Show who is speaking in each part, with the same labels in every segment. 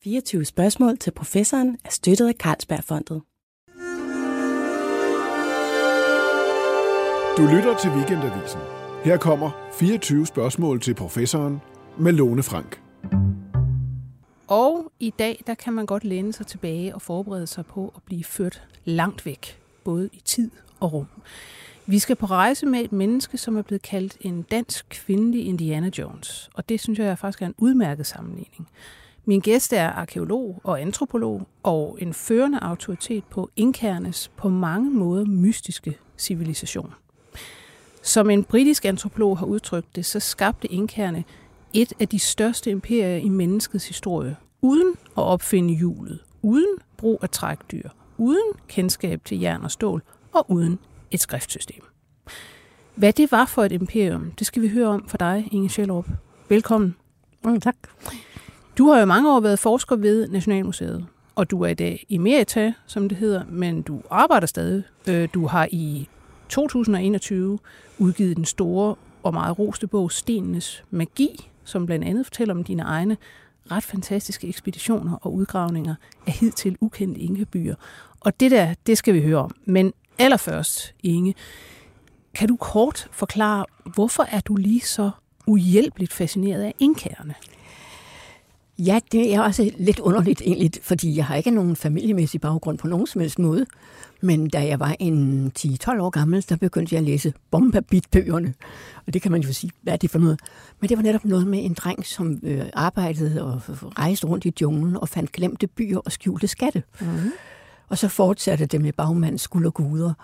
Speaker 1: 24 spørgsmål til professoren er støttet af Carlsbergfondet.
Speaker 2: Du lytter til Weekendavisen. Her kommer 24 spørgsmål til professoren med Lone Frank.
Speaker 3: Og i dag, der kan man godt læne sig tilbage og forberede sig på at blive ført langt væk, både i tid og rum. Vi skal på rejse med et menneske, som er blevet kaldt en dansk kvindelig Indiana Jones. Og det synes jeg faktisk er en udmærket sammenligning. Min gæst er arkæolog og antropolog og en førende autoritet på inkaernes på mange måder mystiske civilisation. Som en britisk antropolog har udtrykt det, så skabte inkaerne et af de største imperier i menneskets historie, uden at opfinde hjulet, uden brug af trækdyr, uden kendskab til jern og stål og uden et skriftsystem. Hvad det var for et imperium, det skal vi høre om fra dig, Inge Schjelderup. Velkommen.
Speaker 4: Tak.
Speaker 3: Du har jo mange år været forsker ved Nationalmuseet, og du er i dag emerita, som det hedder, men du arbejder stadig. Du har i 2021 udgivet den store og meget roste bog Stenenes Magi, som blandt andet fortæller om dine egne ret fantastiske ekspeditioner og udgravninger af hidtil ukendte inkabyer. Og det skal vi høre om. Men allerførst, Inge, kan du kort forklare, hvorfor er du lige så uhjælpeligt fascineret af inkaerne?
Speaker 4: Ja, det er også lidt underligt egentlig, fordi jeg har ikke nogen familiemæssig baggrund på nogen som helst måde. Men da jeg var en 10-12 år gammel, der begyndte jeg at læse Bombabit-bøgerne. Og det kan man jo sige, hvad er det for noget? Men det var netop noget med en dreng, som arbejdede og rejste rundt i junglen og fandt glemte byer og skjulte skatte. Mm-hmm. Og så fortsatte det med bagmands guld og guder,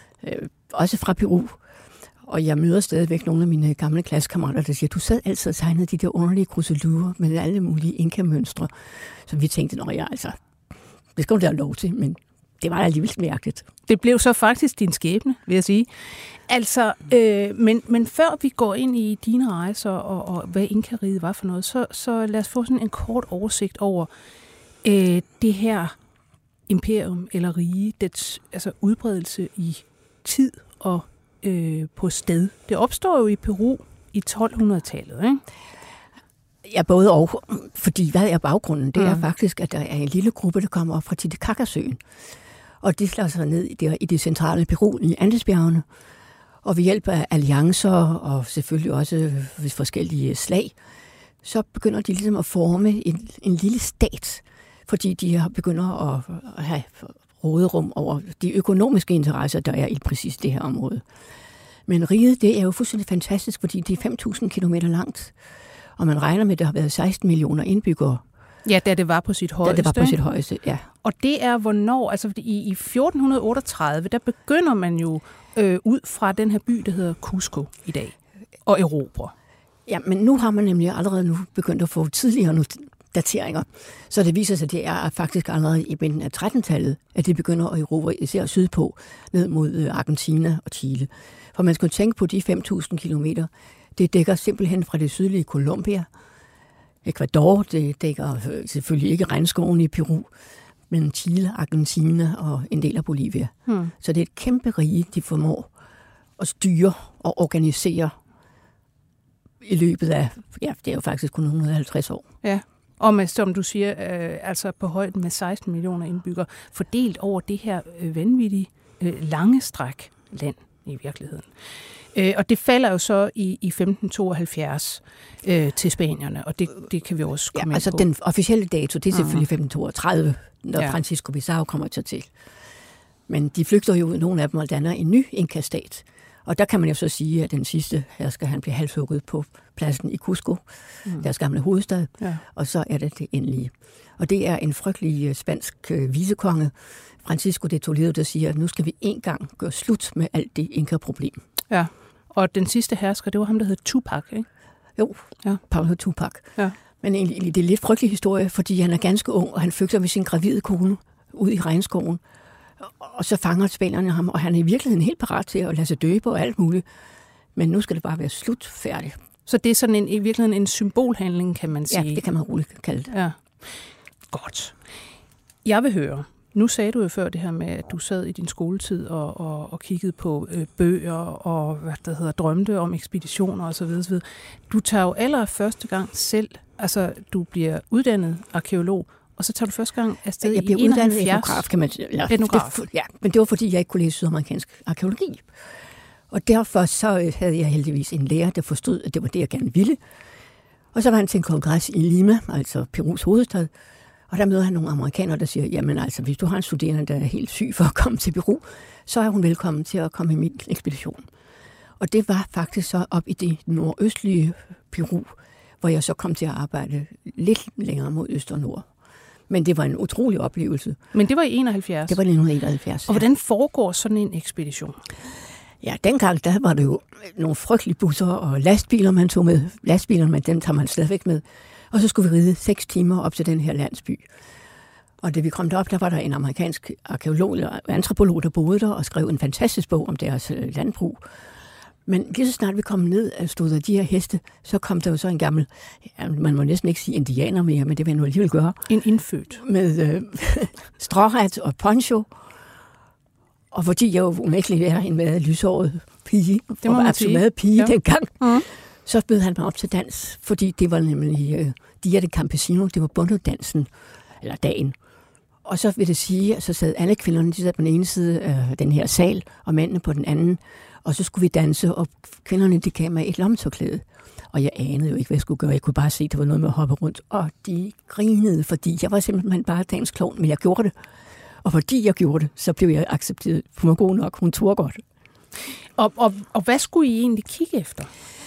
Speaker 4: også fra Peru. Og jeg møder stadigvæk nogle af mine gamle klassekammerater, der siger, du sad altid og tegnede de der underlige kruselurer med alle mulige inka-mønstre. Så vi tænkte, det skal du da have lov til, men det var alligevel mærkeligt.
Speaker 3: Det blev så faktisk din skæbne, vil jeg sige. Altså, men før vi går ind i dine rejser og hvad inkariget var for noget, så lad os få sådan en kort oversigt over det her imperium eller rige, dets udbredelse i tid og på sted. Det opstår jo i Peru i 1200-tallet, ikke?
Speaker 4: Ja, både og. Fordi hvad er baggrunden? Det er faktisk, at der er en lille gruppe, der kommer op fra Titicacasøen. Og de slår sig ned der i det centrale Peru, i Andesbjergene. Og ved hjælp af alliancer og selvfølgelig også ved forskellige slag, så begynder de ligesom at forme en lille stat, fordi de begynder at have råderum over de økonomiske interesser, der er i præcis det her område. Men riget, det er jo fuldstændig fantastisk, fordi det er 5.000 kilometer langt, og man regner med, at der har været 16 millioner indbyggere.
Speaker 3: Ja, da det var på sit højeste.
Speaker 4: Ja.
Speaker 3: Og det er hvornår, altså i 1438, der begynder man jo ud fra den her by, der hedder Cusco i dag, og erobre.
Speaker 4: Ja, men nu har man nemlig allerede nu begyndt at få tidligere dateringer. Så det viser sig, at det er faktisk allerede i midten af 13-tallet, at det begynder at erobre især sydpå, ned mod Argentina og Chile. For man skal tænke på de 5.000 kilometer. Det dækker simpelthen fra det sydlige Colombia, Ecuador, det dækker selvfølgelig ikke regnskoven i Peru, men Chile, Argentina og en del af Bolivia. Så det er et kæmpe rige, de formår at styre og organisere i løbet af, det er jo faktisk kun 150 år.
Speaker 3: Ja, og med, som du siger, altså på højden med 16 millioner indbyggere, fordelt over det her vanvittige lange stræk land i virkeligheden. Og det falder jo så i 1572 til spanierne, og det kan vi også komme ind på.
Speaker 4: Den officielle dato, det er selvfølgelig 1532, når Francisco Pizarro kommer til. Men de flygter jo nogle af dem og danner en ny Inka-stat. Og der kan man jo så sige, at den sidste hersker, han bliver halshugget på pladsen i Cusco, deres gamle hovedstad, og så er det endelige. Og det er en frygtelig spansk vicekonge, Francisco de Toledo, der siger, at nu skal vi en gang gøre slut med alt det Inka-problem.
Speaker 3: Ja, og den sidste hersker, det var ham, der hed Tupac, ikke?
Speaker 4: Jo, Pablo Tupac. Ja. Men egentlig, det er lidt frygtelig historie, fordi han er ganske ung, og han flygter med sin gravide kone ud i regnskoven. Og så fanger spanierne ham, og han er i virkeligheden helt parat til at lade sig døbe og alt muligt. Men nu skal det bare være slut, færdig.
Speaker 3: Så det er sådan i virkeligheden en symbolhandling, kan man sige?
Speaker 4: Ja, det kan man roligt kalde det.
Speaker 3: Ja. Godt. Jeg vil høre, nu sagde du jo før det her med, at du sad i din skoletid og kiggede på bøger og drømte om ekspeditioner osv. Du tager jo allerførste gang selv, altså du bliver uddannet arkæolog, Og så tager du første gang afsted
Speaker 4: jeg
Speaker 3: i
Speaker 4: blev
Speaker 3: 71.
Speaker 4: uddannet etnograf, kan man sige.
Speaker 3: Etnograf.
Speaker 4: Men det var, fordi jeg ikke kunne læse sydamerikansk arkæologi. Og derfor så havde jeg heldigvis en lærer, der forstod, at det var det, jeg gerne ville. Og så var han til en kongres i Lima, altså Perus hovedstad. Og der møder han nogle amerikanere, der siger, jamen altså, hvis du har en studerende, der er helt syg for at komme til Peru, så er hun velkommen til at komme i min ekspedition. Og det var faktisk så op i det nordøstlige Peru, hvor jeg så kom til at arbejde lidt længere mod øst og nord. Men det var en utrolig oplevelse.
Speaker 3: Men det var i 71?
Speaker 4: Det var i 1971,
Speaker 3: Og hvordan foregår sådan en ekspedition?
Speaker 4: Ja, dengang der var det jo nogle frygtelige busser og lastbiler, man tog med. Lastbilerne, dem tager man stadigvæk med. Og så skulle vi ride 6 timer op til den her landsby. Og da vi kom derop, der var der en amerikansk arkæolog eller antropolog, der boede der og skrev en fantastisk bog om deres landbrug. Men lige så snart vi kom ned og stod der de her heste, så kom der jo så en gammel, man må næsten ikke sige indianer mere, men det vil jeg nu alligevel gøre.
Speaker 3: En indfødt.
Speaker 4: Med stråhat og poncho. Og fordi jeg jo unægteligt er en meget lyshåret pige,
Speaker 3: det må
Speaker 4: og absolut pige dengang, så bød han mig op til dans, fordi det var nemlig Dia de Campesino, det var bondedansen, eller dagen. Og så vil det sige, at så sad alle kvinderne, de sad på den ene side af den her sal, og mændene på den anden, og så skulle vi danse, og kvinderne, de gav mig et lommetørklæde. Og jeg anede jo ikke, hvad jeg skulle gøre. Jeg kunne bare se, at det var noget med at hoppe rundt, og de grinede, fordi jeg var simpelthen bare dagens klovn, men jeg gjorde det. Og fordi jeg gjorde det, så blev jeg accepteret. Hun var god nok, hun turde godt.
Speaker 3: Og hvad skulle I egentlig kigge efter?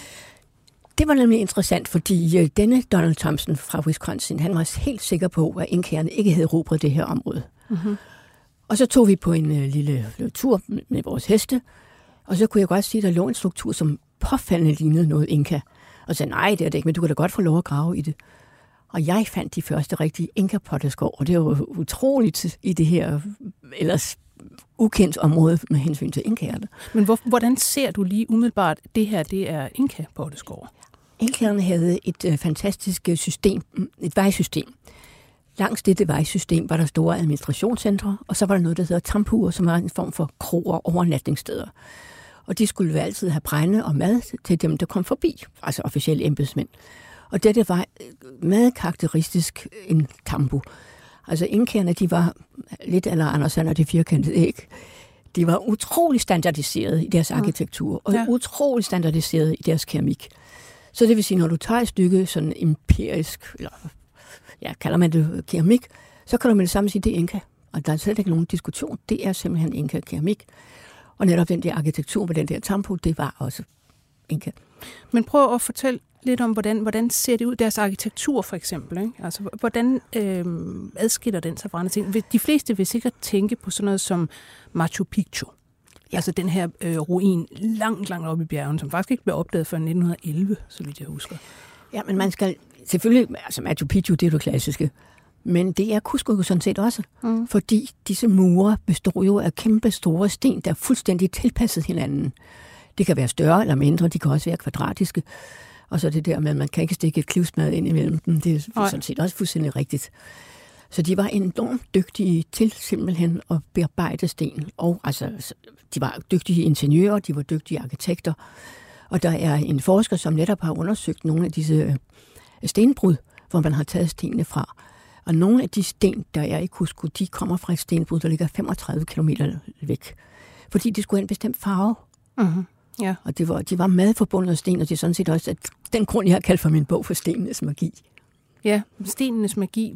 Speaker 4: Det var nemlig interessant, fordi denne Donald Thompson fra Wisconsin, han var helt sikker på, at inkerne ikke havde erobret det her område. Mm-hmm. Og så tog vi på en lille tur med vores heste, og så kunne jeg godt sige, at der lå en struktur, som påfaldende lignede noget inka. Og så sagde, nej, det er det ikke, men du kan da godt få lov at grave i det. Og jeg fandt de første rigtige inka-potteskår, og det var utroligt i det her ellers ukendt område med hensyn til inkaerne.
Speaker 3: Men hvordan ser du lige umiddelbart, det her det er inka-potteskår?
Speaker 4: Inkaerne havde et fantastisk system, et vejsystem. Langs dette vejsystem var der store administrationscentre, og så var der noget, der hedder tampuer, som var en form for kroer og overnatningssteder. Og de skulle altid have brænde og mad til dem, der kom forbi, altså officielle embedsmænd. Og dette var meget karakteristisk en tampu. Altså inkaerne, de var lidt eller Andersen og det firkantede æg. De var utrolig standardiseret i deres arkitektur, og utrolig standardiseret i deres keramik. Så det vil sige, når du tager et stykke sådan empirisk, eller kalder man det keramik, så kan du med det samme sige, det er inka. Og der er slet ikke nogen diskussion. Det er simpelthen inka-keramik. Og netop den der arkitektur med den der tampu, det var også inka.
Speaker 3: Men prøv at fortælle lidt om, hvordan ser det ud, deres arkitektur for eksempel, ikke? Altså, hvordan adskiller den sig fra andre ting? De fleste vil sikkert tænke på sådan noget som Machu Picchu. Ja. Altså den her ruin langt oppe i bjergen, som faktisk ikke blev opdaget før 1911, så vidt jeg husker. Ja,
Speaker 4: men man skal selvfølgelig, altså Machu Picchu, det er det klassiske, men det er Cusco jo sådan set også, fordi disse mure består jo af kæmpe store sten, der er fuldstændig tilpasset hinanden. Det kan være større eller mindre, de kan også være kvadratiske, og så det der med, at man kan ikke stikke et klivsmad ind imellem dem, det er sådan set også fuldstændig rigtigt. Så de var enormt dygtige til simpelthen at bearbejde sten, og altså, de var dygtige ingeniører, de var dygtige arkitekter, og der er en forsker, som netop har undersøgt nogle af disse stenbrud, hvor man har taget stenene fra. Og nogle af de sten, der er i Cusco, de kommer fra et stenbrud, der ligger 35 kilometer væk, fordi de skulle have en bestemt farve.
Speaker 3: Mm-hmm. Ja.
Speaker 4: Og de var meget forbundet af sten, og det er sådan set også den grund, jeg har kaldt for min bog for stenenes magi.
Speaker 3: Ja, stenenes magi.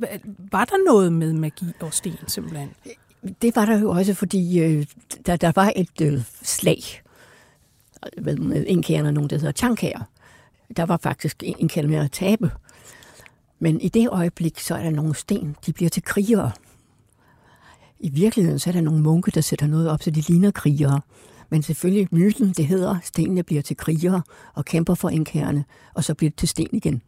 Speaker 3: Var der noget med magi og sten, simpelthen?
Speaker 4: Det var der jo også, fordi der var et slag med inkaerne og nogen, der hedder Chankæer. Der var faktisk en kalde med at tabe. Men i det øjeblik, så er der nogle sten, de bliver til krigere. I virkeligheden, så er der nogle munke, der sætter noget op, så de ligner krigere. Men selvfølgelig myten, det hedder, stenene bliver til krigere og kæmper for inkaerne, og så bliver det til sten igen.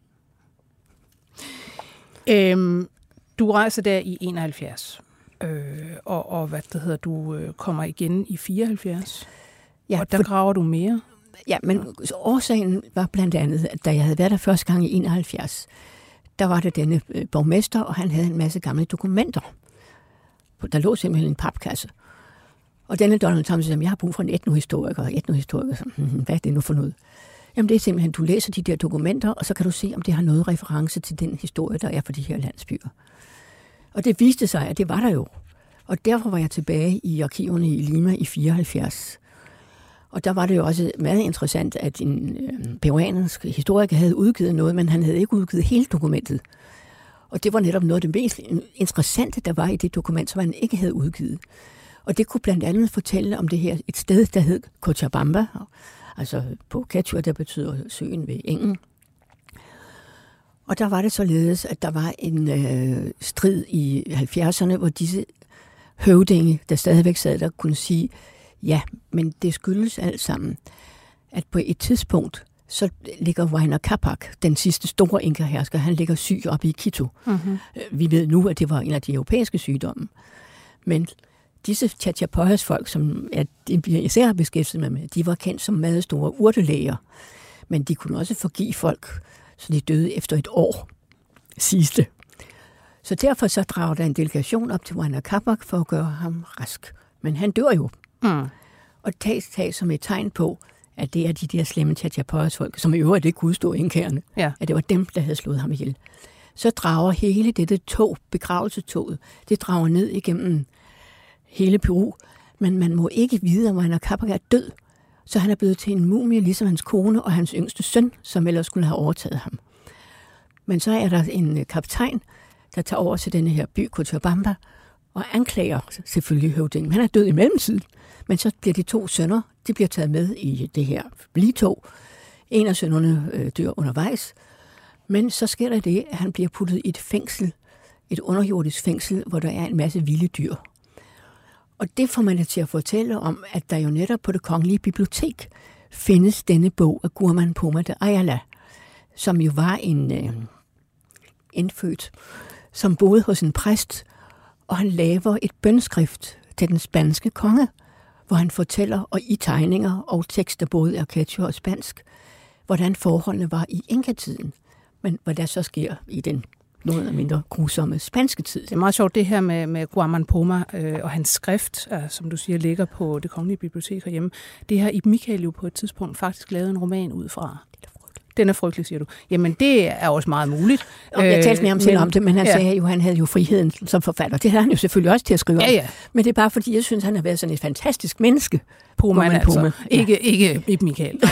Speaker 3: Du rejser der i 71, og du kommer igen i 74, og der graver du mere.
Speaker 4: Ja, men årsagen var blandt andet, at da jeg havde været der første gang i 71, der var det denne borgmester, og han havde en masse gamle dokumenter. Der lå simpelthen en papkasse. Og denne Donald Thompson sagde, jeg har brug for en etnohistoriker, hvad er det nu for noget? Jamen det er simpelthen, du læser de der dokumenter, og så kan du se, om det har noget reference til den historie, der er for de her landsbyer. Og det viste sig, at det var der jo. Og derfor var jeg tilbage i arkiverne i Lima i 74. Og der var det jo også meget interessant, at en peruansk historiker havde udgivet noget, men han havde ikke udgivet hele dokumentet. Og det var netop noget af det mest interessante, der var i det dokument, som han ikke havde udgivet. Og det kunne blandt andet fortælle om det her, et sted, der hed Cochabamba, altså på quechua, der betyder søen ved engen. Og der var det således, at der var en strid i 70'erne, hvor disse høvdinge, der stadigvæk sad der, kunne sige, ja, men det skyldes alt sammen, at på et tidspunkt, så ligger Huayna Capac, den sidste store inkahersker, han ligger syg oppe i Quito. Mm-hmm. Vi ved nu, at det var en af de europæiske sygdomme. Men disse Chachapoyas folk, som vi især har beskæftiget mig med, de var kendt som meget store urtelæger. Men de kunne også forgive folk, så de døde efter et år, siges det. Så derfor så drager der en delegation op til Huayna Capac for at gøre ham rask. Men han dør jo. Mm. Og tages som et tegn på, at det er de der slemme Chachapoyas folk, som i øvrigt ikke kunne udstå indkærne, at det var dem, der havde slået ham ihjel. Så drager hele dette tog, begravelsetoget, det drager ned igennem hele Peru, men man må ikke vide, at Huayna Capac er død. Så han er blevet til en mumie, ligesom hans kone og hans yngste søn, som ellers skulle have overtaget ham. Men så er der en kaptajn, der tager over til denne her by, Cochabamba, og anklager selvfølgelig høvdingen. Han er død i mellemtiden, men så bliver de 2 sønner, de bliver taget med i det her bligetog. En af sønnerne dør undervejs, men så sker der det, at han bliver puttet i et fængsel, et underjordisk fængsel, hvor der er en masse vilde dyr. Og det får man til at fortælle om, at der jo netop på det kongelige bibliotek findes denne bog af Gurman Poma de Ayala, som jo var en indfødt, som boede hos en præst, og han laver et bønskrift til den spanske konge, hvor han fortæller, og i tegninger og tekster både af quechua og spansk, hvordan forholdene var i Inka-tiden, men hvad der så sker i den noget eller mindre grusomme spanske tid.
Speaker 3: Det er meget sjovt det her med Gurman Poma og hans skrift, som du siger, ligger på det kongelige bibliotek herhjemme. Det har Ibn Michael jo på et tidspunkt faktisk lavet en roman ud fra. Den er frygtelig, siger du. Jamen, det er også meget muligt.
Speaker 4: Jeg talte med ham selv om det, men han sagde jo, at han havde jo friheden som forfatter. Det havde han jo selvfølgelig også til at skrive om.
Speaker 3: Ja.
Speaker 4: Men det er bare fordi, jeg synes, han har været sådan et fantastisk menneske.
Speaker 3: Poma altså. Ikke Ibn Michael.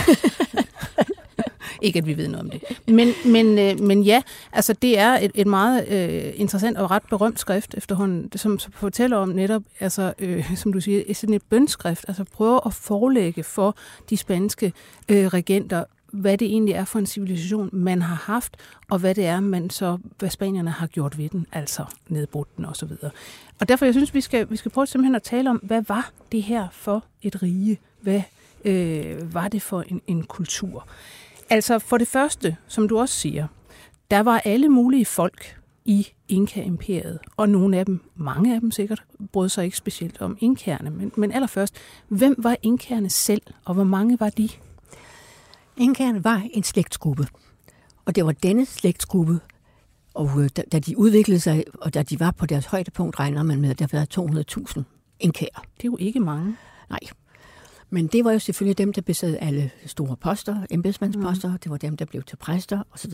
Speaker 3: Ikke, at vi ved noget om det. Men ja, altså det er et meget interessant og ret berømt skrift efterhånden, som fortæller om netop, altså, som du siger, sådan et bønskrift, altså prøver at forelægge for de spanske regenter, hvad det egentlig er for en civilisation, man har haft, og hvad det er, hvad spanierne har gjort ved den, altså nedbrudt den osv. Og derfor, jeg synes, vi skal prøve simpelthen at tale om, hvad var det her for et rige? Hvad var det for en kultur? Altså for det første, som du også siger, der var alle mulige folk i Inka-imperiet, og nogle af dem, mange af dem sikkert, brød sig ikke specielt om inkerne. Men allerførst, hvem var inkerne selv, og hvor mange var de?
Speaker 4: Inkerne var en slægtsgruppe, og det var denne slægtsgruppe, og da de udviklede sig, og da de var på deres højdepunkt, regner man med, at der var 200.000 inkaer.
Speaker 3: Det er jo ikke mange.
Speaker 4: Nej. Men det var jo selvfølgelig dem, der besad alle store poster, embedsmandsposter, det var dem, der blev til præster osv.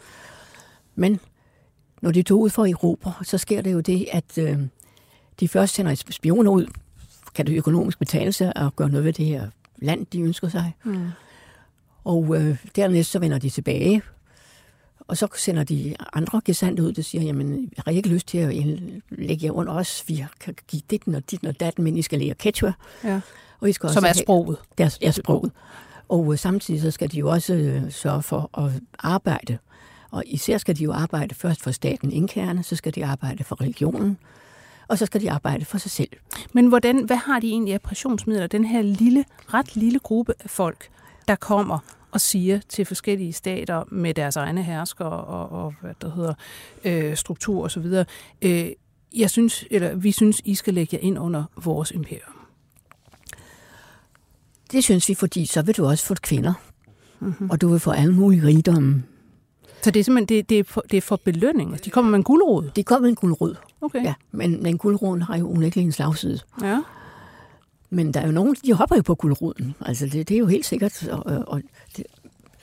Speaker 4: Men når de tog ud for Europa, så sker det jo det, at de først sender spioner ud, kan det økonomisk betale sig at gøre noget ved det her land, de ønsker sig. Mm. Og dernæst så vender de tilbage, og så sender de andre gesandte ud, der siger, jamen, jeg har ikke lyst til at lægge jer under os, vi kan give dit og datten, men I skal lære quechua. Ja. Og I skal
Speaker 3: som
Speaker 4: også
Speaker 3: er sproget.
Speaker 4: Deres sproget. Og samtidig så skal de jo også sørge for at arbejde. Og især skal de jo arbejde først for staten inkerne, så skal de arbejde for religionen, og så skal de arbejde for sig selv.
Speaker 3: Men hvad har de egentlig af pressionsmidler? Den her ret lille gruppe af folk, der kommer og siger til forskellige stater med deres egne hersker og hvad der hedder, struktur og så videre, vi synes, I skal lægge jer ind under vores imperium.
Speaker 4: Det synes vi, fordi så vil du også få kvinder, og du vil få alle mulige rigdomme.
Speaker 3: Så det er simpelthen det er for belønning? De kommer med en gulerod?
Speaker 4: De kommer med en gulerod,
Speaker 3: okay.
Speaker 4: Ja, men guleroden har jo unægtelig en slagside.
Speaker 3: Ja.
Speaker 4: Men der er jo nogen, de hopper jo på guleroden. Altså det er jo helt sikkert.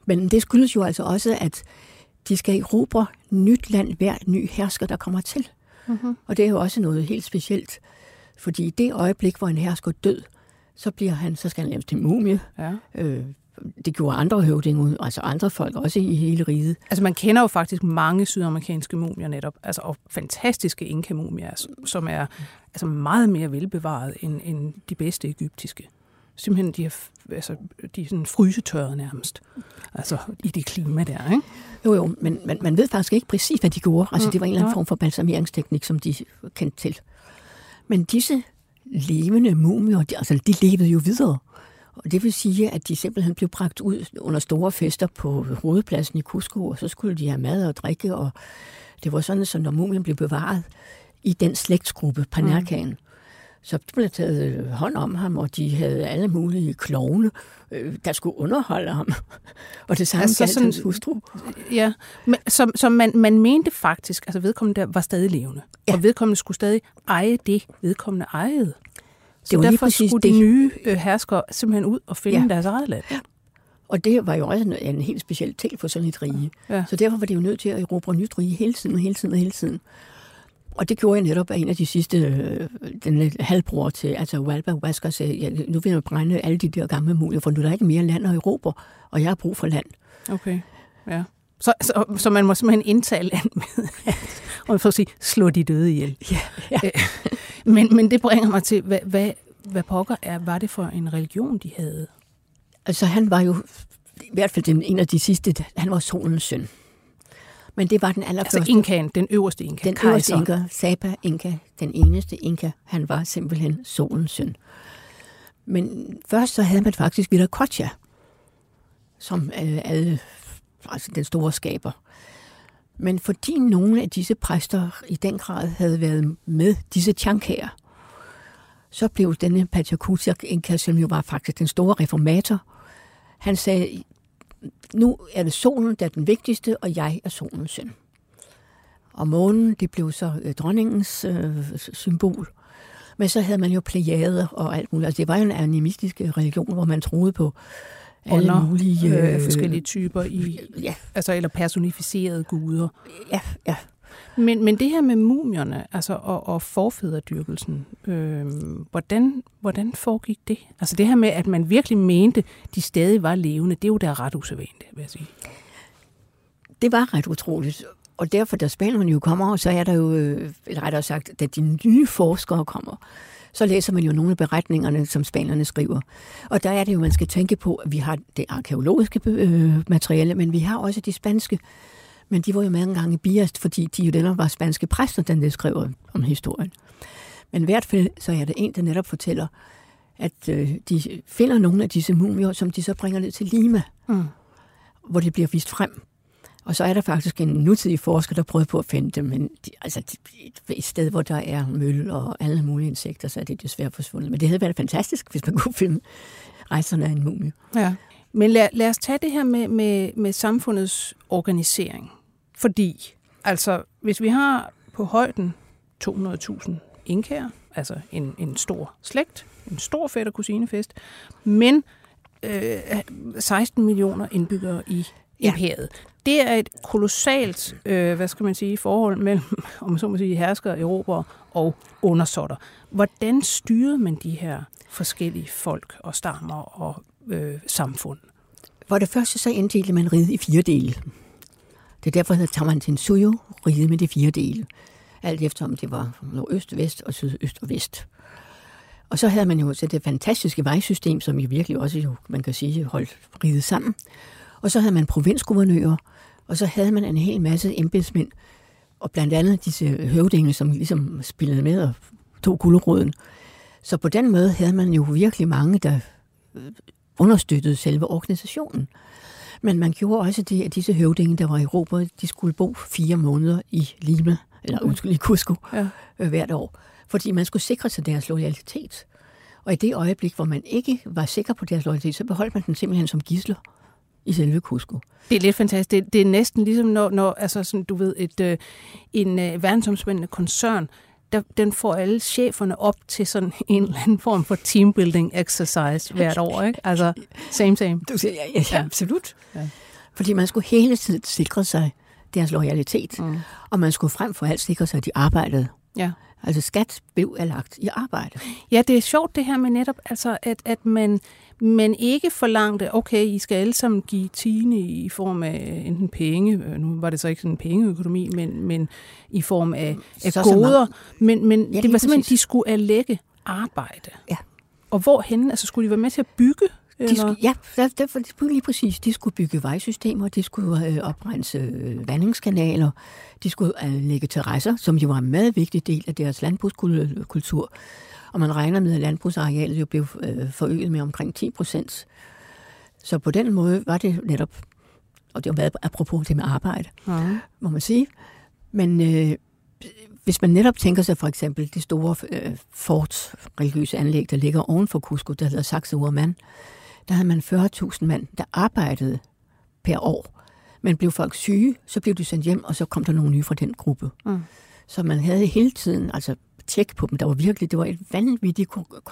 Speaker 4: Men det skyldes jo altså også, at de skal erobre nyt land, hver ny hersker, der kommer til. Mm-hmm. Og det er jo også noget helt specielt. Fordi i det øjeblik, hvor en hersker er død, så skal han laves til mumie. Ja. Det gjorde andre høvdinge, altså andre folk, også i hele riget.
Speaker 3: Altså man kender jo faktisk mange sydamerikanske mumier netop, altså og fantastiske inka-mumier, som er altså meget mere velbevaret end de bedste egyptiske. Simpelthen, de er sådan frysetørrede nærmest, altså i det klima der, ikke?
Speaker 4: Jo, men man ved faktisk ikke præcis, hvad de gjorde. Altså det var en eller anden form for balsameringsteknik, som de kendte til. Men disse levende mumier, de levede jo videre. Og det vil sige, at de simpelthen blev bragt ud under store fester på hovedpladsen i Cusco, og så skulle de have mad og drikke, og det var sådan, så når mumien blev bevaret i den slægtsgruppe, Panerkaen, så blev taget hånd om ham, og de havde alle mulige klovne, der skulle underholde ham. Og det samme galt hans hustru.
Speaker 3: Ja, men, som man mente faktisk, altså vedkommende der var stadig levende, og vedkommende skulle stadig eje det, vedkommende ejede. Så derfor skulle de nye herskere simpelthen ud og finde deres eget land. Ja.
Speaker 4: Og det var jo også en helt speciel ting for sådan et rige. Ja. Så derfor var det jo nødt til at erobre nyt rige hele tiden. Og det gjorde jeg netop af en af de sidste, den halvbror til Atahualpa Huáscar sagde, nu vil jeg brænde alle de der gamle muligheder, for nu er der ikke mere land at erobre, og jeg har brug for land.
Speaker 3: Okay, ja. Så man må simpelthen indtage land med, og for at sige, slå de døde ihjel. Ja. Men det bringer mig til, hvad pokker var det for en religion, de havde?
Speaker 4: Altså han var jo i hvert fald en af de sidste, han var solens søn. Men det var den allerførste.
Speaker 3: Altså Inkaen, den øverste Inka.
Speaker 4: Den øverste Inka, Sapa Inka, den eneste Inka, han var simpelthen solens søn. Men først så havde man faktisk Viracocha, som altså den store skaber. Men fordi nogle af disse præster i den grad havde været med disse Chankæer, så blev denne Pachacuti Inka, som jo var faktisk den store reformator, han sagde, nu er det solen, der er den vigtigste, og jeg er solens søn. Og månen, det blev så dronningens symbol. Men så havde man jo plejader og alt muligt. Altså, det var jo en animistisk religion, hvor man troede på alle mulige
Speaker 3: forskellige typer altså eller personificerede guder.
Speaker 4: Ja.
Speaker 3: Men det her med mumierne, altså og forfædredyrkelsen, hvordan foregik det? Altså det her med, at man virkelig mente, de stadig var levende, det er jo da ret usædvanligt, vil jeg sige.
Speaker 4: Det var ret utroligt. Og derfor, da spanierne jo kommer, så er der jo, eller rettere sagt, da de nye forskere kommer, så læser man jo nogle af beretningerne, som spanierne skriver. Og der er det jo, man skal tænke på, at vi har det arkæologiske materiale, men vi har også de spanske. Men de var jo mange gange biased, fordi de jo netop var spanske præster, der skrev om historien. Men i hvert fald, så er det en, der netop fortæller, at de finder nogle af disse mumier, som de så bringer ned til Lima, hvor det bliver vist frem. Og så er der faktisk en nutidig forsker, der prøver på at finde dem, men et sted, hvor der er møl og alle mulige insekter, så er det desværre forsvundet. Men det havde været fantastisk, hvis man kunne finde rejserne af en mumie.
Speaker 3: Ja. Men lad os tage det her med samfundets organisering. Fordi, altså, hvis vi har på højden 200.000 inkaer, altså en stor slægt, en stor fætter kusinefest, men 16 millioner indbyggere i imperiet. Det er et kolossalt, forhold mellem, om man så må sige, herskere, erobrere og undersåtter. Hvordan styrede man de her forskellige folk og stammer og samfund?
Speaker 4: For det første så inddelte man riget i 4 dele. Det er derfor, der tager man til en suyo, riget med de 4 dele. Alt efter om det var nordøst, vest og sydøst og vest. Og så havde man jo så det fantastiske vejsystem, som jo virkelig også, jo, man kan sige, holdt riget sammen. Og så havde man provinsguvernører, og så havde man en hel masse embedsmænd, og blandt andet disse høvdinge, som ligesom spillede med og tog guleroden. Så på den måde havde man jo virkelig mange, der understøttede selve organisationen. Men man gjorde også det, at disse høvdinge, der var i Europa, de skulle bo 4 måneder i Lima, eller i Cusco, hvert år. Fordi man skulle sikre sig deres loyalitet. Og i det øjeblik, hvor man ikke var sikker på deres loyalitet, så beholdt man den simpelthen som gidsler i selve Cusco. Det
Speaker 3: er lidt fantastisk. Det er næsten ligesom, når altså sådan, du ved, en verdensomspændende koncern, den får alle cheferne op til sådan en eller anden form for teambuilding exercise hvert år, ikke? Altså, same.
Speaker 4: Du siger, ja, absolut. Ja. Fordi man skulle hele tiden sikre sig deres loyalitet, og man skulle frem for alt sikre sig, at de arbejdede.
Speaker 3: Ja.
Speaker 4: Altså skat blev lagt i arbejde.
Speaker 3: Ja, det er sjovt det her med netop, altså, at man ikke forlangte, okay, I skal alle sammen give tiende i form af enten penge, nu var det så ikke sådan en pengeøkonomi, men i form af goder, men ja, det var simpelthen, de skulle erlægge arbejde.
Speaker 4: Ja.
Speaker 3: Og hvorhenne, altså skulle de være med til at bygge?
Speaker 4: Derfor lige præcis. De skulle bygge vejsystemer, de skulle oprense vandingskanaler, de skulle lægge terrasser, som jo var en meget vigtig del af deres landbrugskultur. Og man regner med, at landbrugsarealet jo blev forøget med omkring 10%. Så på den måde var det netop, og det var meget apropos det med arbejde, må man sige. Men hvis man netop tænker sig for eksempel de store forts-religiøse anlæg, der ligger oven for Cusco, der hedder Sacsayhuaman, der havde man 40.000 mand, der arbejdede per år. Men blev folk syge, så blev de sendt hjem, og så kom der nogle nye fra den gruppe. Så man havde hele tiden altså tjek på dem. Der var virkelig, det var et vanvittigt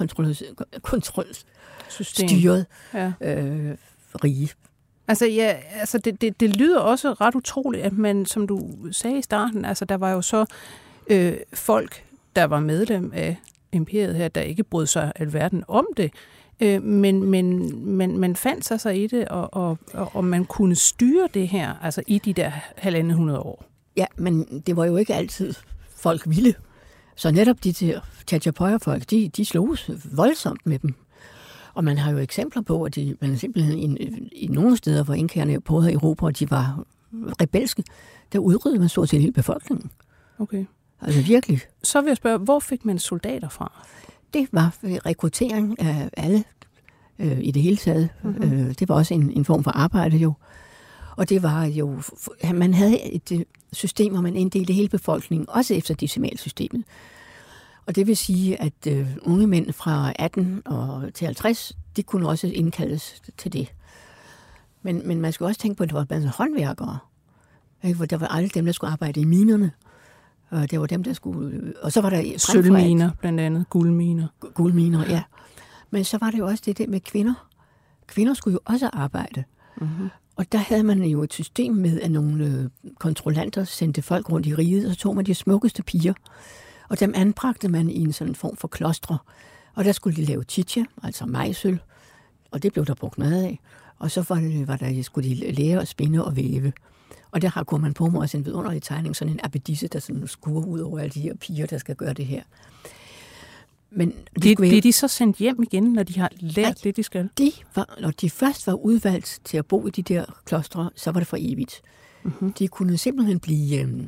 Speaker 4: kontrolstyret rige.
Speaker 3: Altså, ja, altså det lyder også ret utroligt, at man, som du sagde i starten, altså der var jo så folk, der var medlem af imperiet her, der ikke brød sig alverden om det, men man fandt sig i det, og man kunne styre det her, altså i de der 150 år.
Speaker 4: Ja, men det var jo ikke altid folk ville. Så netop de der Chachapoya-folk, de sloges voldsomt med dem. Og man har jo eksempler på, at man simpelthen i nogle steder, hvor inkerne på i Europa, og de var rebelske, der udryddede man stort set hele befolkningen.
Speaker 3: Okay.
Speaker 4: Altså virkelig.
Speaker 3: Så vil jeg spørge, hvor fik man soldater fra?
Speaker 4: Det var rekruttering af alle i det hele taget. Det var også en form for arbejde jo. Og det var jo, man havde et system, hvor man inddelte hele befolkningen, også efter decimalsystemet. Og det vil sige, at unge mænd fra 18 til 50, de kunne også indkaldes til det. Men man skulle også tænke på, at der var håndværkere. Hvor der var alle dem, der skulle arbejde i minerne. Og det var dem, der skulle... Og så var der...
Speaker 3: Sølvminer, blandt andet. Guldminer.
Speaker 4: Guldminer, ja. Men så var det jo også det med kvinder. Kvinder skulle jo også arbejde. Og der havde man jo et system med, at nogle kontrollanter sendte folk rundt i riget, og så tog man de smukkeste piger. Og dem anbragte man i en sådan form for klostre. Og der skulle de lave chicha, altså majsøl. Og det blev der brugt noget af. Og så skulle de lære at spinde og væve. Og der kunne man på mig også en vidunderlig tegning, sådan en abbedisse, der sådan skuer ud over alle de her piger, der skal gøre det her. Men
Speaker 3: bliver de så sendt hjem igen, når de har lært det, de skal?
Speaker 4: Når de først var udvalgt til at bo i de der klostre, så var det for evigt. De kunne simpelthen blive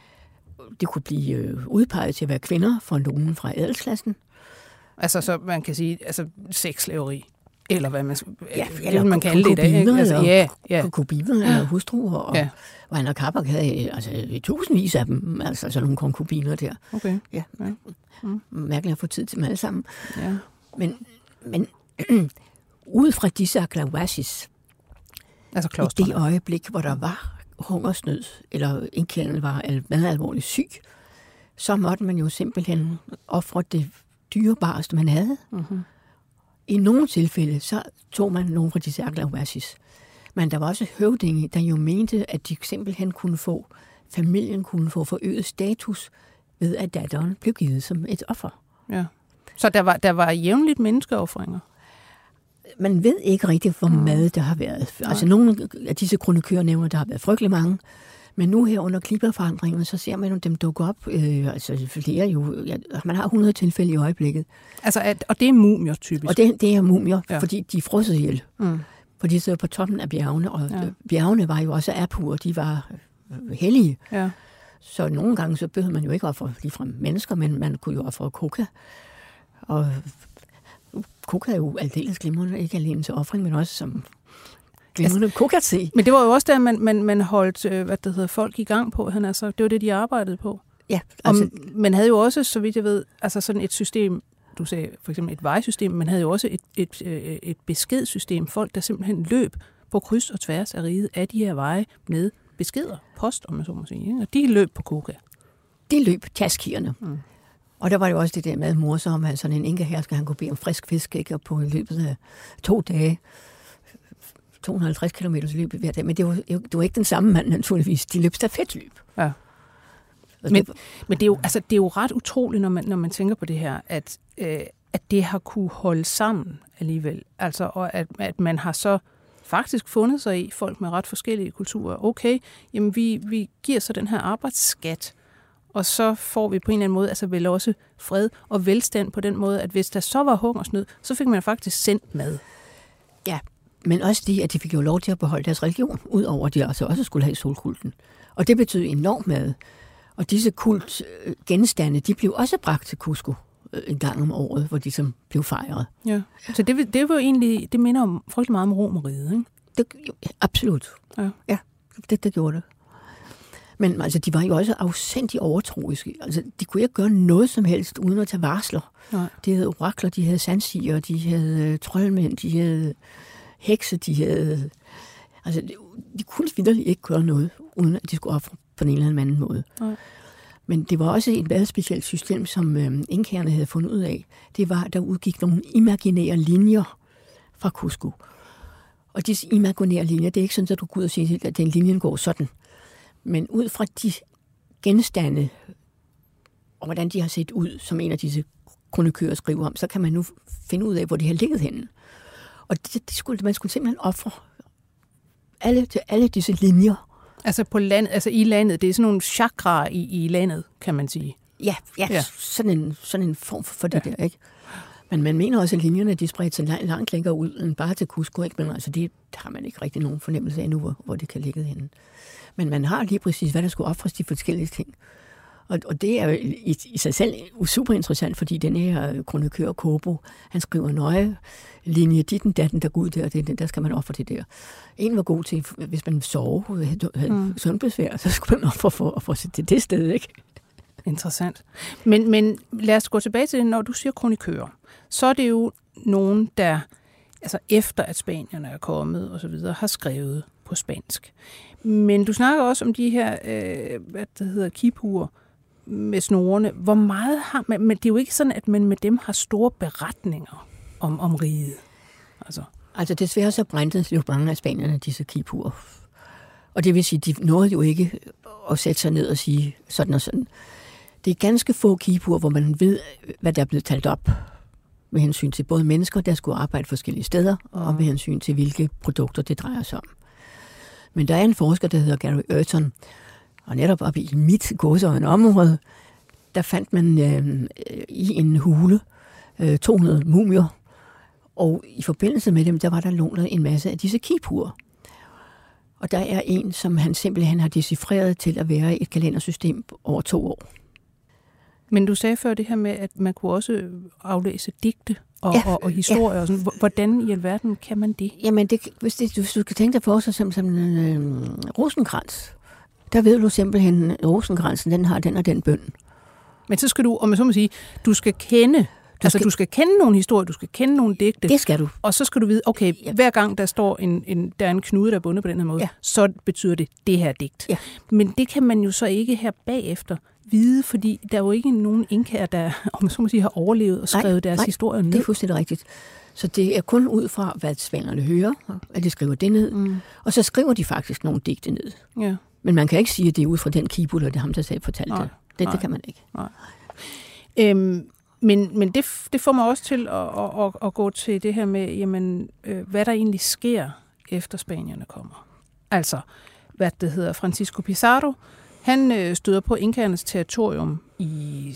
Speaker 4: udpeget til at være kvinder for nogen fra adelsklassen.
Speaker 3: Altså, så man kan sige, altså sexslaveri, eller hvad
Speaker 4: man
Speaker 3: kalder det i dag. Altså,
Speaker 4: konkubiner eller hustruer, og Rainer Kabak havde altså tusindvis af dem, altså sådan nogle konkubiner der.
Speaker 3: Okay.
Speaker 4: Ja. Mærkeligt at få tid til dem alle sammen.
Speaker 3: Ja.
Speaker 4: Men ud fra disse aklawasis,
Speaker 3: altså
Speaker 4: i det øjeblik, hvor der var hungersnød, eller indklædende var meget alvorligt syg, så måtte man jo simpelthen ofre det dyrebareste, man havde. I nogle tilfælde, så tog man nogle fra disse aklawasis. Men der var også høvdinge, der jo mente, at de simpelthen familien kunne få forøget status ved, at datteren blev givet som et offer.
Speaker 3: Ja. Så der var jævnligt menneskeoffringer?
Speaker 4: Man ved ikke rigtig, hvor meget der har været. Nej. Altså nogle af disse kronikører nævner, der har været frygtelig mange. Men nu her under klimaforandringen, så ser man jo dem dukke op. Altså flere jo. Man har 100 tilfælde i øjeblikket.
Speaker 3: Altså, og det er mumier typisk?
Speaker 4: Og det er mumier, fordi de er frosset ihjel. For de sidder på toppen af bjergene, og bjergene var jo også apure, de var hellige. Ja. Så nogle gange så behøvede man jo ikke ofre ligefrem mennesker, men man kunne jo ofre koka. Og koka er jo aldeles glimrende, ikke alene til offring, men også som glimrende koka-te.
Speaker 3: Men det var jo også der, man holdt folk i gang på, det var det, de arbejdede på.
Speaker 4: Ja.
Speaker 3: Altså, og man havde jo også, så vidt jeg ved, altså sådan et system, du sagde for eksempel et vejsystem, man havde jo også et beskedssystem, folk der simpelthen løb på kryds og tværs af riget af de her veje med beskeder, post, om man så må sige, ikke? Og de løb på koka.
Speaker 4: De løb taskierne. Og der var jo også det der med morsomt, at sådan en enkehersker, han kunne bede om frisk fisk, ikke? Og på løbet af 2 dage, 250 km løb hver dag, men det var ikke den samme mand, naturligvis. De løb stafetløb.
Speaker 3: Ja. Men det er jo ret utroligt, når man tænker på det her, at det har kunne holde sammen alligevel. Altså, og at man har så faktisk fundet sig i folk med ret forskellige kulturer. Okay, jamen vi giver så den her arbejdsskat, og så får vi på en eller anden måde altså vel også fred og velstand på den måde, at hvis der så var hungersnød, så fik man faktisk sendt mad.
Speaker 4: Ja, men også det, at de fik jo lov til at beholde deres religion, udover at de altså også skulle have solkulten. Og det betød enormt mad. Og disse kultgenstande, de blev også bragt til Cusco en gang om året, hvor de som blev fejret.
Speaker 3: Ja, så det var jo egentlig, det minder om frygtelig meget om Romerriget, ikke?
Speaker 4: Absolut. Ja, det gjorde det. Men altså, de var jo også afsindigt overtroiske. Altså, de kunne ikke gøre noget som helst, uden at tage varsler. Nej. De havde orakler, de havde sandsiger, de havde troldmænd, de havde hekse, de havde... Altså, de kunne vitterligt ikke gøre noget, uden at de skulle ofre på en eller anden måde. Nej. Men det var også et meget specielt system, som inkerne havde fundet ud af. Det var, der udgik nogle imaginære linjer fra Cusco. Og disse imaginære linjer, det er ikke sådan, at du går ud og siger, at den linjen går sådan. Men ud fra de genstande, og hvordan de har set ud, som en af disse kronikører skriver om, så kan man nu finde ud af, hvor de har ligget henne. Og man skulle simpelthen ofre alle disse linjer. Altså
Speaker 3: på land, altså i landet, det er sådan nogle chakraer i landet, kan man sige.
Speaker 4: Ja. Sådan en form for det der, ikke? Men man mener også, at linjerne, de spredte sig langt længere ud end bare til Cusco, ikke? Men altså, det har man ikke rigtig nogen fornemmelse af nu, hvor det kan ligge henne. Men man har lige præcis, hvad der skulle ofres de forskellige ting. Og det er jo i sig selv super interessant, fordi den her kronikør Kobo, han skriver nøje linje, ditten, datten, der går ud der, der skal man ofre det der. En var god til, hvis man havde søvnbesvær, så skulle man ofre for at få til det sted, ikke?
Speaker 3: Interessant. Men lad os gå tilbage til det, når du siger kronikører. Så er det jo nogen, der altså efter at spanierne er kommet og så videre, har skrevet på spansk. Men du snakker også om de her, kipuer med snorene. Hvor meget har man, men det er jo ikke sådan, at man med dem har store beretninger om riget. Altså
Speaker 4: desværre så brændte jo mange af spanierne disse kipuer. Og det vil sige, de nåede jo ikke at sætte sig ned og sige sådan og sådan. Det er ganske få kipuer, hvor man ved, hvad der er blevet talt op med hensyn til både mennesker, der skulle arbejde forskellige steder, og med hensyn til, hvilke produkter det drejer sig om. Men der er en forsker, der hedder Gary Urton, og netop oppe i mit gåseøjne område, der fandt man i en hule 200 mumier, og i forbindelse med dem, der var der lånet en masse af disse kipuer. Og der er en, som han simpelthen har decifreret til at være et kalendersystem over 2 år. Men
Speaker 3: du sagde før det her med, at man kunne også aflæse digte og historier. Og sådan. Hvordan i alverden kan man det?
Speaker 4: Jamen, hvis du kan tænke dig for sig som rosenkrans, der ved du simpelthen, at rosenkransen, den har den og den bøn.
Speaker 3: Men så skal du, om jeg så må sige, du skal kende... Du skal kende nogle historier, du skal kende nogle digte.
Speaker 4: Det skal du.
Speaker 3: Og så skal du vide, okay, hver gang der står der er en knude, der er bundet på den her måde, så betyder det her digt. Ja. Men det kan man jo så ikke her bagefter vide, fordi der er jo ikke nogen inkaer, der, om man så må sige, har overlevet og skrevet deres historier ned.
Speaker 4: Det er fuldstændig rigtigt. Så det er kun ud fra, hvad spanierne hører, at de skriver det ned. Og så skriver de faktisk nogle digte ned. Ja. Men man kan ikke sige, at det er ud fra den kibu, eller det er ham, der selv fortalte det. Det kan man ikke.
Speaker 3: Nej. Men det får mig også til at gå til det her med, jamen, hvad der egentlig sker, efter spanierne kommer. Altså, Francisco Pizarro, han støder på inkaernes territorium i,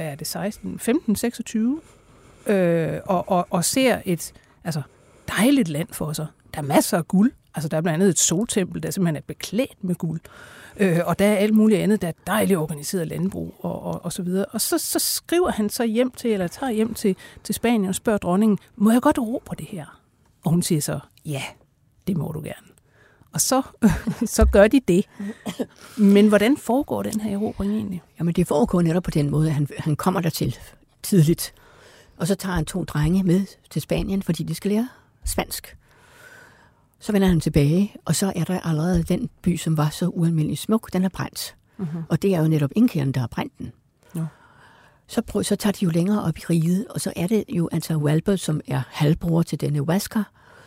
Speaker 3: 1526, og ser et dejligt land for sig. Der er masser af guld. Altså, der er blandt andet et soltempel, der simpelthen er beklædt med guld. Og der er alt muligt andet, der er dejligt organiseret landbrug og så videre. Og så skriver han så tager hjem til Spanien og spørger dronningen, må jeg godt erobre det her? Og hun siger så, ja, det må du gerne. Og så gør de det. Men hvordan foregår den her erobring egentlig?
Speaker 4: Jamen, det foregår netop på den måde, at han kommer dertil tidligt. Og så tager han 2 drenge med til Spanien, fordi de skal lære spansk. Så vender han tilbage, og så er der allerede den by, som var så ualmindelig smuk, den er brændt. Uh-huh. Og det er jo netop inkerne, der har brændt den. Ja. Så tager de jo længere op i riget, og så er det jo Atahualpa, som er halvbror til denne Huáscar.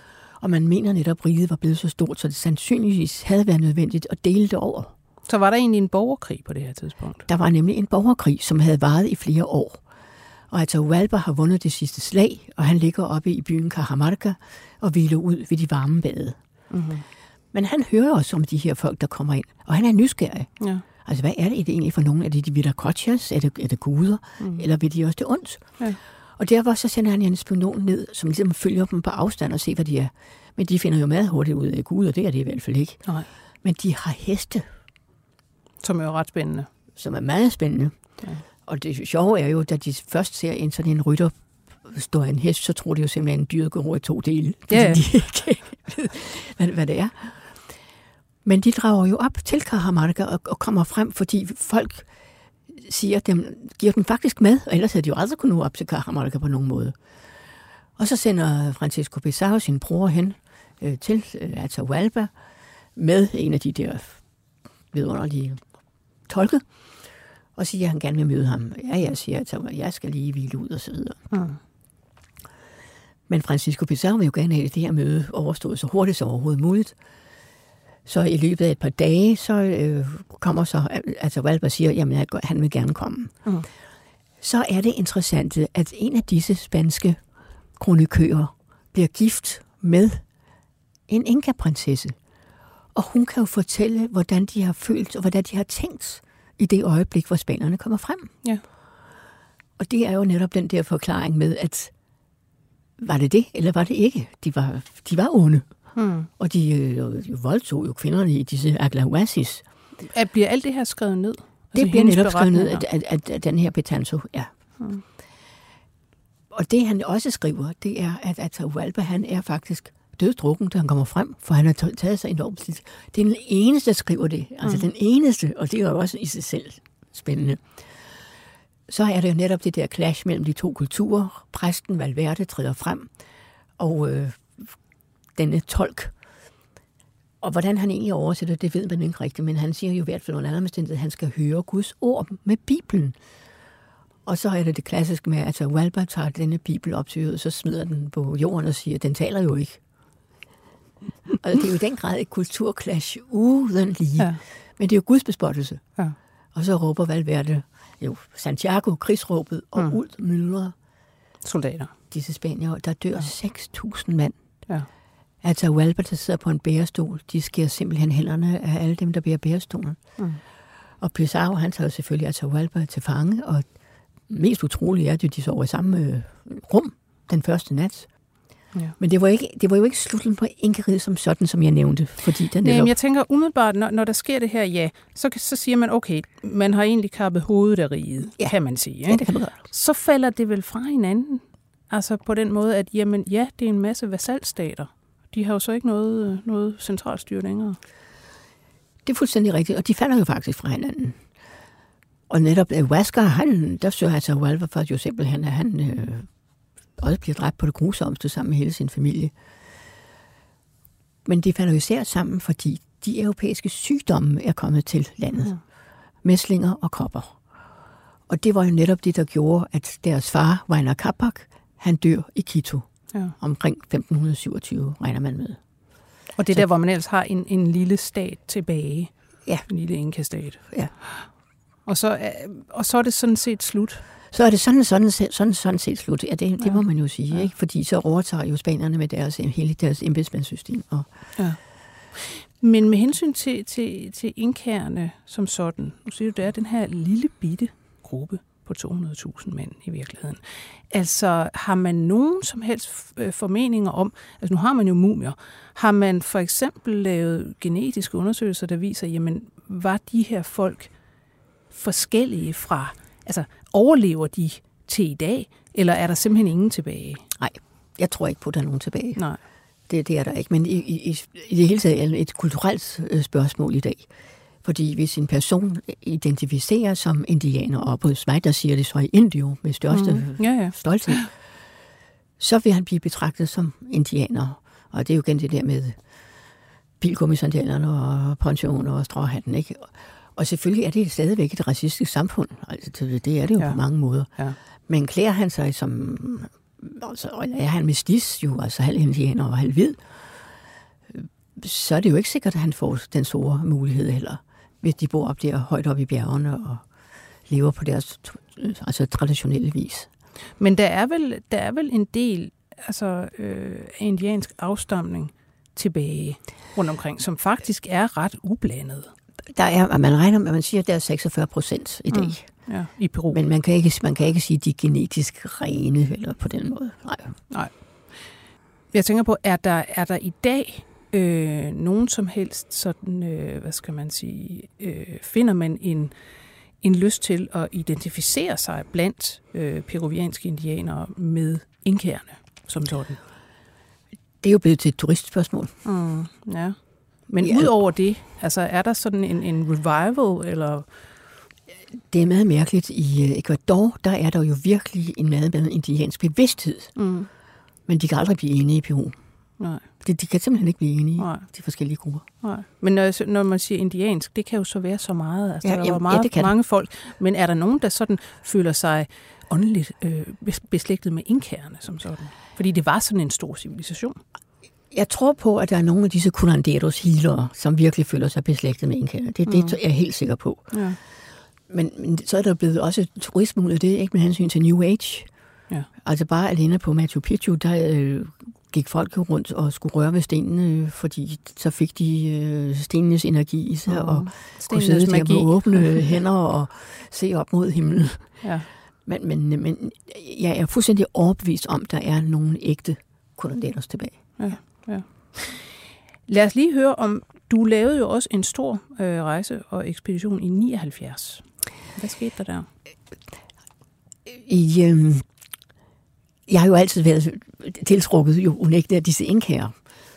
Speaker 4: Og man mener netop, at riget var blevet så stort, så det sandsynligvis havde været nødvendigt at dele det over.
Speaker 3: Så var der egentlig en borgerkrig på det her tidspunkt?
Speaker 4: Der var nemlig en borgerkrig, som havde varet i flere år. Og Atahualpa har vundet det sidste slag, og han ligger oppe i byen Cajamarca og hviler ud ved de varme bade. Mm-hmm. Men han hører også om de her folk, der kommer ind, og han er nysgerrig. Ja. Altså, hvad er det egentlig for nogen? Er det de Viracochas? Er det guder? Eller vil de også det ondt? Ja. Og derfor så sender han en spion ned, som ligesom følger dem på afstand og ser, hvad de er. Men de finder jo meget hurtigt ud af guder, det er det i hvert fald ikke. Nej. Men de har heste.
Speaker 3: Som er jo ret spændende.
Speaker 4: Som er meget spændende. Ja. Og det sjove er jo, da de først ser en rytter stå af en hest, så tror de jo simpelthen, at dyret går over i 2 dele. Ja. Fordi de ikke ved, hvad det er. Men de drager jo op til Cajamarca og kommer frem, fordi folk siger, at giver dem faktisk mad, og ellers havde de jo aldrig kunnet nå op til Cajamarca på nogen måde. Og så sender Francisco Pizarro sin bror hen til Atahualpa med en af de der vidunderlige tolke, og siger, at han gerne vil møde ham. Ja, jeg siger, at jeg skal lige hvile ud, og så videre. Men Francisco Pizarro vil jo gerne have det her møde overstået så hurtigt som overhovedet muligt. Så i løbet af et par dage, så kommer så Atahualpa og siger, at han vil gerne komme. Så er det interessant, at en af disse spanske kronikører bliver gift med en inka-prinsesse. Og hun kan jo fortælle, hvordan de har følt, og hvordan de har tænkt i det øjeblik, hvor spanierne kommer frem. Ja. Og det er jo netop den der forklaring med, at var det, eller var det ikke? De var onde. Og de voldtog jo kvinderne i disse aglahuasis.
Speaker 3: Bliver alt det her skrevet ned?
Speaker 4: Det bliver netop skrevet ned af den her Betanzo, ja. Og det han også skriver, det er, at Atahualpa, han er faktisk dødsdrukken, da han kommer frem, for han har taget sig enormt lidt. Det er den eneste, der skriver det. Altså den eneste, og det er jo også i sig selv spændende. Så er det jo netop det der clash mellem de 2 kulturer. Præsten Valverde træder frem, og denne tolk. Og hvordan han egentlig oversætter, det ved man ikke rigtigt, men han siger jo i hvert fald under andre omstændigheder, at han skal høre Guds ord med Bibelen. Og så er det klassiske med, at Atahualpa tager denne Bibel op til øret, så smider den på jorden og siger, at den taler jo ikke. Og det er jo i den grad et kulturklash uden lige. Ja. Men det er jo Guds bespottelse. Ja. Og så råber Valverde jo Santiago, krigsråbet, og ud myldrer
Speaker 3: soldater.
Speaker 4: Disse spaniere, der dør 6.000 mand. Ja. Atahualpa, der sidder på en bærestol, de skærer simpelthen hænderne af alle dem, der bærer bærestolen. Og Pizarro, han tager selvfølgelig Atahualpa til fange, og mest utroligt er, at de sover i samme rum den første nat. Ja. Men det var jo ikke slutningen på inkeriget som sådan, som jeg nævnte. Fordi den
Speaker 3: men jeg tænker umiddelbart, når der sker det her, ja, så siger man, okay, man har egentlig kappet hovedet af riget, kan man sige. Ikke?
Speaker 4: Ja, det kan man gøre.
Speaker 3: Så falder det vel fra hinanden. Altså på den måde, at jamen, ja, det er en masse vasalstater. De har jo så ikke noget centralstyre længere.
Speaker 4: Det er fuldstændig rigtigt, og de falder jo faktisk fra hinanden. Og netop Huáscar, der søger Atahualpa for, at jo simpelthen, han også bliver dræbt på det grusomste sammen med hele sin familie. Men de falder jo især sammen, fordi de europæiske sygdomme er kommet til landet. Ja. Mæslinger og kopper. Og det var jo netop det, der gjorde, at deres far, Huayna Capac, han dør i Quito. Ja. Omkring 1527, regner man med.
Speaker 3: Og det er der, hvor man ellers har en lille stat tilbage. Ja. En lille inkastat. Ja. Og så er det sådan set slut.
Speaker 4: Så er det sådan set slut. Ja, det må man jo sige, ikke? Fordi så overtager jo spanierne med hele deres embedsmandssystem.
Speaker 3: Ja. Men med hensyn til inkærerne som sådan, nu siger du, der er den her lille bitte gruppe på 200.000 mænd i virkeligheden. Altså, har man nogen som helst formeninger om, altså nu har man jo mumier, har man for eksempel lavet genetiske undersøgelser, der viser, jamen, var de her folk forskellige fra, altså overlever de til i dag, eller er der simpelthen ingen tilbage?
Speaker 4: Nej, jeg tror ikke på, at der er nogen tilbage.
Speaker 3: Nej.
Speaker 4: Det er der ikke, men i det hele taget er det et kulturelt spørgsmål i dag. Fordi hvis en person identificerer som indianer, og på mig, der siger det så i Indio med største stolthed, så vil han blive betragtet som indianer. Og det er jo igen det der med bilgummisandalerne og pensioner og stråhatten, ikke? Og selvfølgelig er det stadigvæk et racistisk samfund. Altså, det er det jo på mange måder. Ja. Men klæder han sig som, altså, er han mestis jo, altså halv indianer og halv hvid, så er det jo ikke sikkert, at han får den store mulighed heller, hvis de bor op der højt op i bjergene og lever på deres traditionelle vis.
Speaker 3: Men der er vel en del indiansk afstamning tilbage rundt omkring, som faktisk er ret ublandet.
Speaker 4: Man regner med, at man siger, at der er 46% i dag.
Speaker 3: Ja, i Peru.
Speaker 4: Men man kan ikke sige, at de er genetisk rene eller på den måde.
Speaker 3: Nej. Jeg tænker på, er der i dag nogen som helst sådan, finder man en lyst til at identificere sig blandt peruvianske indianere med inkerne som sådan?
Speaker 4: Det er jo blevet til et turistspørgsmål.
Speaker 3: Ja. Men ud over det, er der sådan en revival, eller?
Speaker 4: Det er meget mærkeligt. I Ecuador, der er der jo virkelig en meget indiansk bevidsthed. Men de kan aldrig blive enige i Peru.
Speaker 3: Nej.
Speaker 4: De kan simpelthen ikke blive enige, de forskellige grupper.
Speaker 3: Nej. Men når man siger indiansk, det kan jo så være så meget. Der er mange folk. Men er der nogen, der sådan føler sig åndeligt beslægtet med inkerne som sådan? Fordi det var sådan en stor civilisation. Jeg
Speaker 4: tror på, at der er nogle af disse curanderos healere, som virkelig føler sig beslægtet med inkerne. Det er jeg helt sikker på. Ja. Men så er der blevet også turisme ud af det, ikke med hensyn til New Age. Ja. Altså bare alene på Machu Picchu, der gik folk rundt og skulle røre ved stenene, fordi så fik de stenenes energi i sig, og kunne sidde der med åbne hænder og se op mod himlen. Ja. Men jeg er fuldstændig overbevist om, at der er nogle ægte curanderos tilbage.
Speaker 3: Ja. Lad os lige høre om, du lavede jo også en stor rejse og ekspedition i 79. Hvad skete der?
Speaker 4: Jeg har jo altid været tiltrukket jo unægteligt af disse inkaer.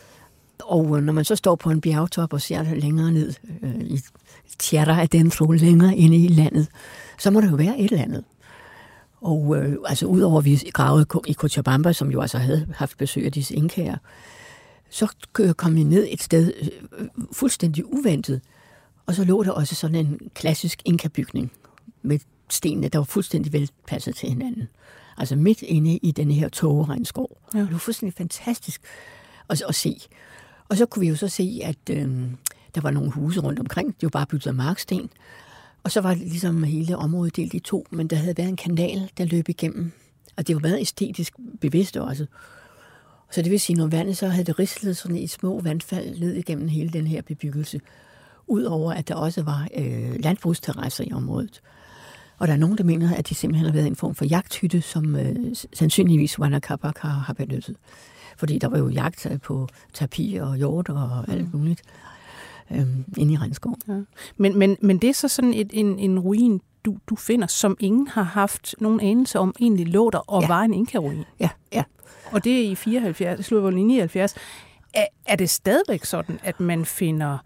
Speaker 4: Og når man så står på en bjergtop og ser længere ned i Tierra Adentro, længere inde i landet, så må der jo være et eller andet. Og udover at vi gravede i Cochabamba, som jo altså havde haft besøg af disse inkaer, så kom vi ned et sted fuldstændig uventet, og så lå der også sådan en klassisk inkabygning med stenene, der var fuldstændig velpasset til hinanden. Altså midt inde i denne her tågeregnskov. Ja. Det var fuldstændig fantastisk at se. Og så kunne vi jo så se, at der var nogle huse rundt omkring. Det var bare bygget af marksten. Og så var det ligesom hele området delt i to, men der havde været en kanal, der løb igennem. Og det var meget æstetisk bevidst også. Så det vil sige, når vandet så havde det rislet sådan i små vandfald ned igennem hele den her bebyggelse. Udover at der også var landbrugsterrasser i området. Og der er nogen, der mener, at de simpelthen har været en form for jagthytte, som sandsynligvis Huayna Capac har benyttet. Fordi der var jo jagt på tapir og hjort og alt muligt inde i regnskoven. Ja.
Speaker 3: Men det er så sådan en ruin, du finder, som ingen har haft nogen anelse om, egentlig lå der og var en inka-ruin.
Speaker 4: Ja.
Speaker 3: Og det er i 74, slutningen i 79. Er det stadigvæk sådan, at man finder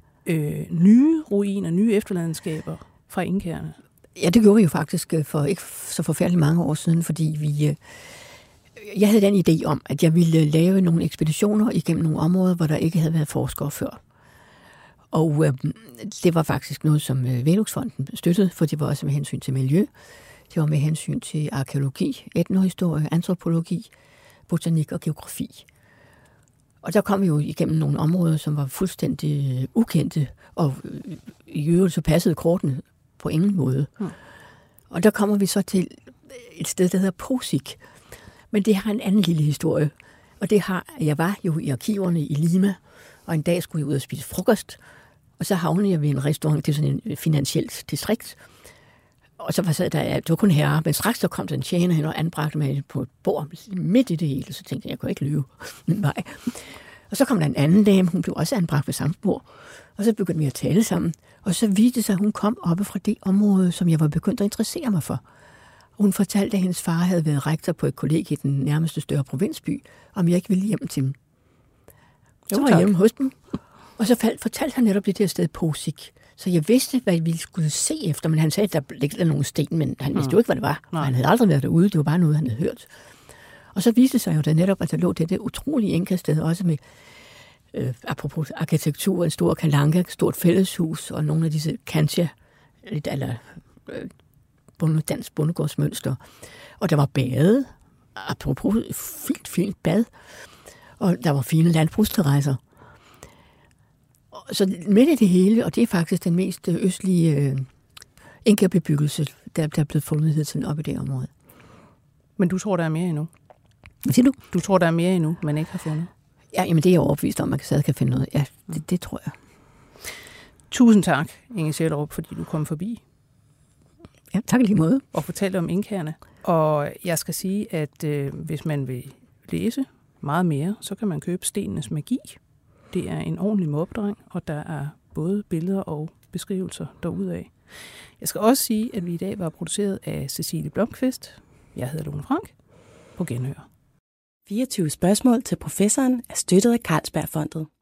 Speaker 3: nye ruiner, nye efterladenskaber fra inkerne?
Speaker 4: Ja, det gjorde vi jo faktisk for ikke så forfærdeligt mange år siden, fordi jeg havde den idé om, at jeg ville lave nogle ekspeditioner igennem nogle områder, hvor der ikke havde været forskere før. Og det var faktisk noget, som Velux-fonden støttede, for det var også med hensyn til miljø. Det var med hensyn til arkæologi, etnohistorie, antropologi, botanik og geografi. Og der kom vi jo igennem nogle områder, som var fuldstændig ukendte, og i øvrigt så passede kortene på ingen måde. Og der kommer vi så til et sted, der hedder Posic. Men det har en anden lille historie. Og jeg var jo i arkiverne i Lima, og en dag skulle jeg ud og spise frokost, og så havnede jeg ved en restaurant til sådan en finansielt distrikt. Og så sad det var kun herrer, men straks der kom der en tjener hen og anbragte mig på et bord midt i det hele, så tænkte jeg kunne ikke løbe min vej. Og så kom der en anden dame, hun blev også anbragt ved samme bord, og så begyndte vi at tale sammen. Og så viste det sig, at hun kom oppe fra det område, som jeg var begyndt at interessere mig for. Og hun fortalte, at hendes far havde været rektor på et kollegie i den nærmeste større provinsby, om jeg ikke ville hjem til dem. Så var jeg hjemme hos dem, og så fortalte han netop det der sted Posic. Så jeg vidste, hvad vi skulle se efter, men han sagde, at der ligger nogle sten, men han vidste jo ikke, hvad det var. Han havde aldrig været derude, det var bare noget, han havde hørt. Og så viste det sig jo da netop, at der lå det utrolige inkasted, også med, apropos arkitektur, en stor kalanka, et stort fælleshus, og nogle af disse kantia, lidt eller dansk bondegårdsmønster. Og der var bade, apropos fint bad, og der var fine landbrugsterrasser. Så midt i det hele, og det er faktisk den mest østlige inkabebyggelse, der er blevet fundet hidtil op i det område.
Speaker 3: Men du tror, der er mere endnu?
Speaker 4: Hvad siger du?
Speaker 3: Du tror, der er mere endnu, man ikke har fundet?
Speaker 4: Ja, jamen det er jeg overbevist om, man kan finde noget. Ja, det tror jeg.
Speaker 3: Tusind tak, Inge Sjællerup, fordi du kom forbi.
Speaker 4: Ja, tak i lige måde.
Speaker 3: Og fortalte om inkerne. Og jeg skal sige, at hvis man vil læse meget mere, så kan man købe Stenenes Magi. Det er en ordentlig mobdreng, og der er både billeder og beskrivelser derudaf. Jeg skal også sige, at vi i dag var produceret af Cecilie Blomqvist. Jeg hedder Lone Frank. På genhør.
Speaker 1: 24 spørgsmål til professoren er støttet af Carlsbergfondet.